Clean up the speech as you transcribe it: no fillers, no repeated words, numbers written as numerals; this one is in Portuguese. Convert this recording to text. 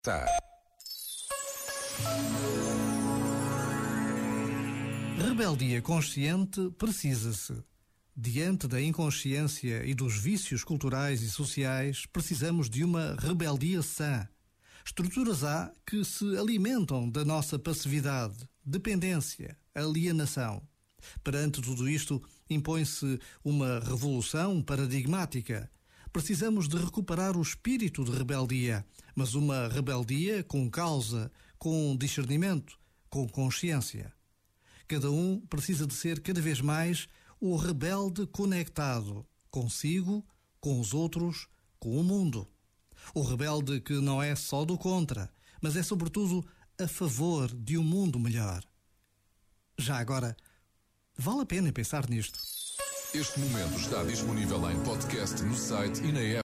Tá. Rebeldia consciente precisa-se. Diante da inconsciência e dos vícios culturais e sociais, precisamos de uma rebeldia sã. Estruturas há que se alimentam da nossa passividade, dependência, alienação. Perante tudo isto, impõe-se uma revolução paradigmática. Precisamos de recuperar o espírito de rebeldia, mas uma rebeldia com causa, com discernimento, com consciência. Cada um precisa de ser cada vez mais o rebelde conectado consigo, com os outros, com o mundo. O rebelde que não é só do contra, mas é sobretudo a favor de um mundo melhor. Já agora, vale a pena pensar nisto. Este momento está disponível em podcast no site e na app.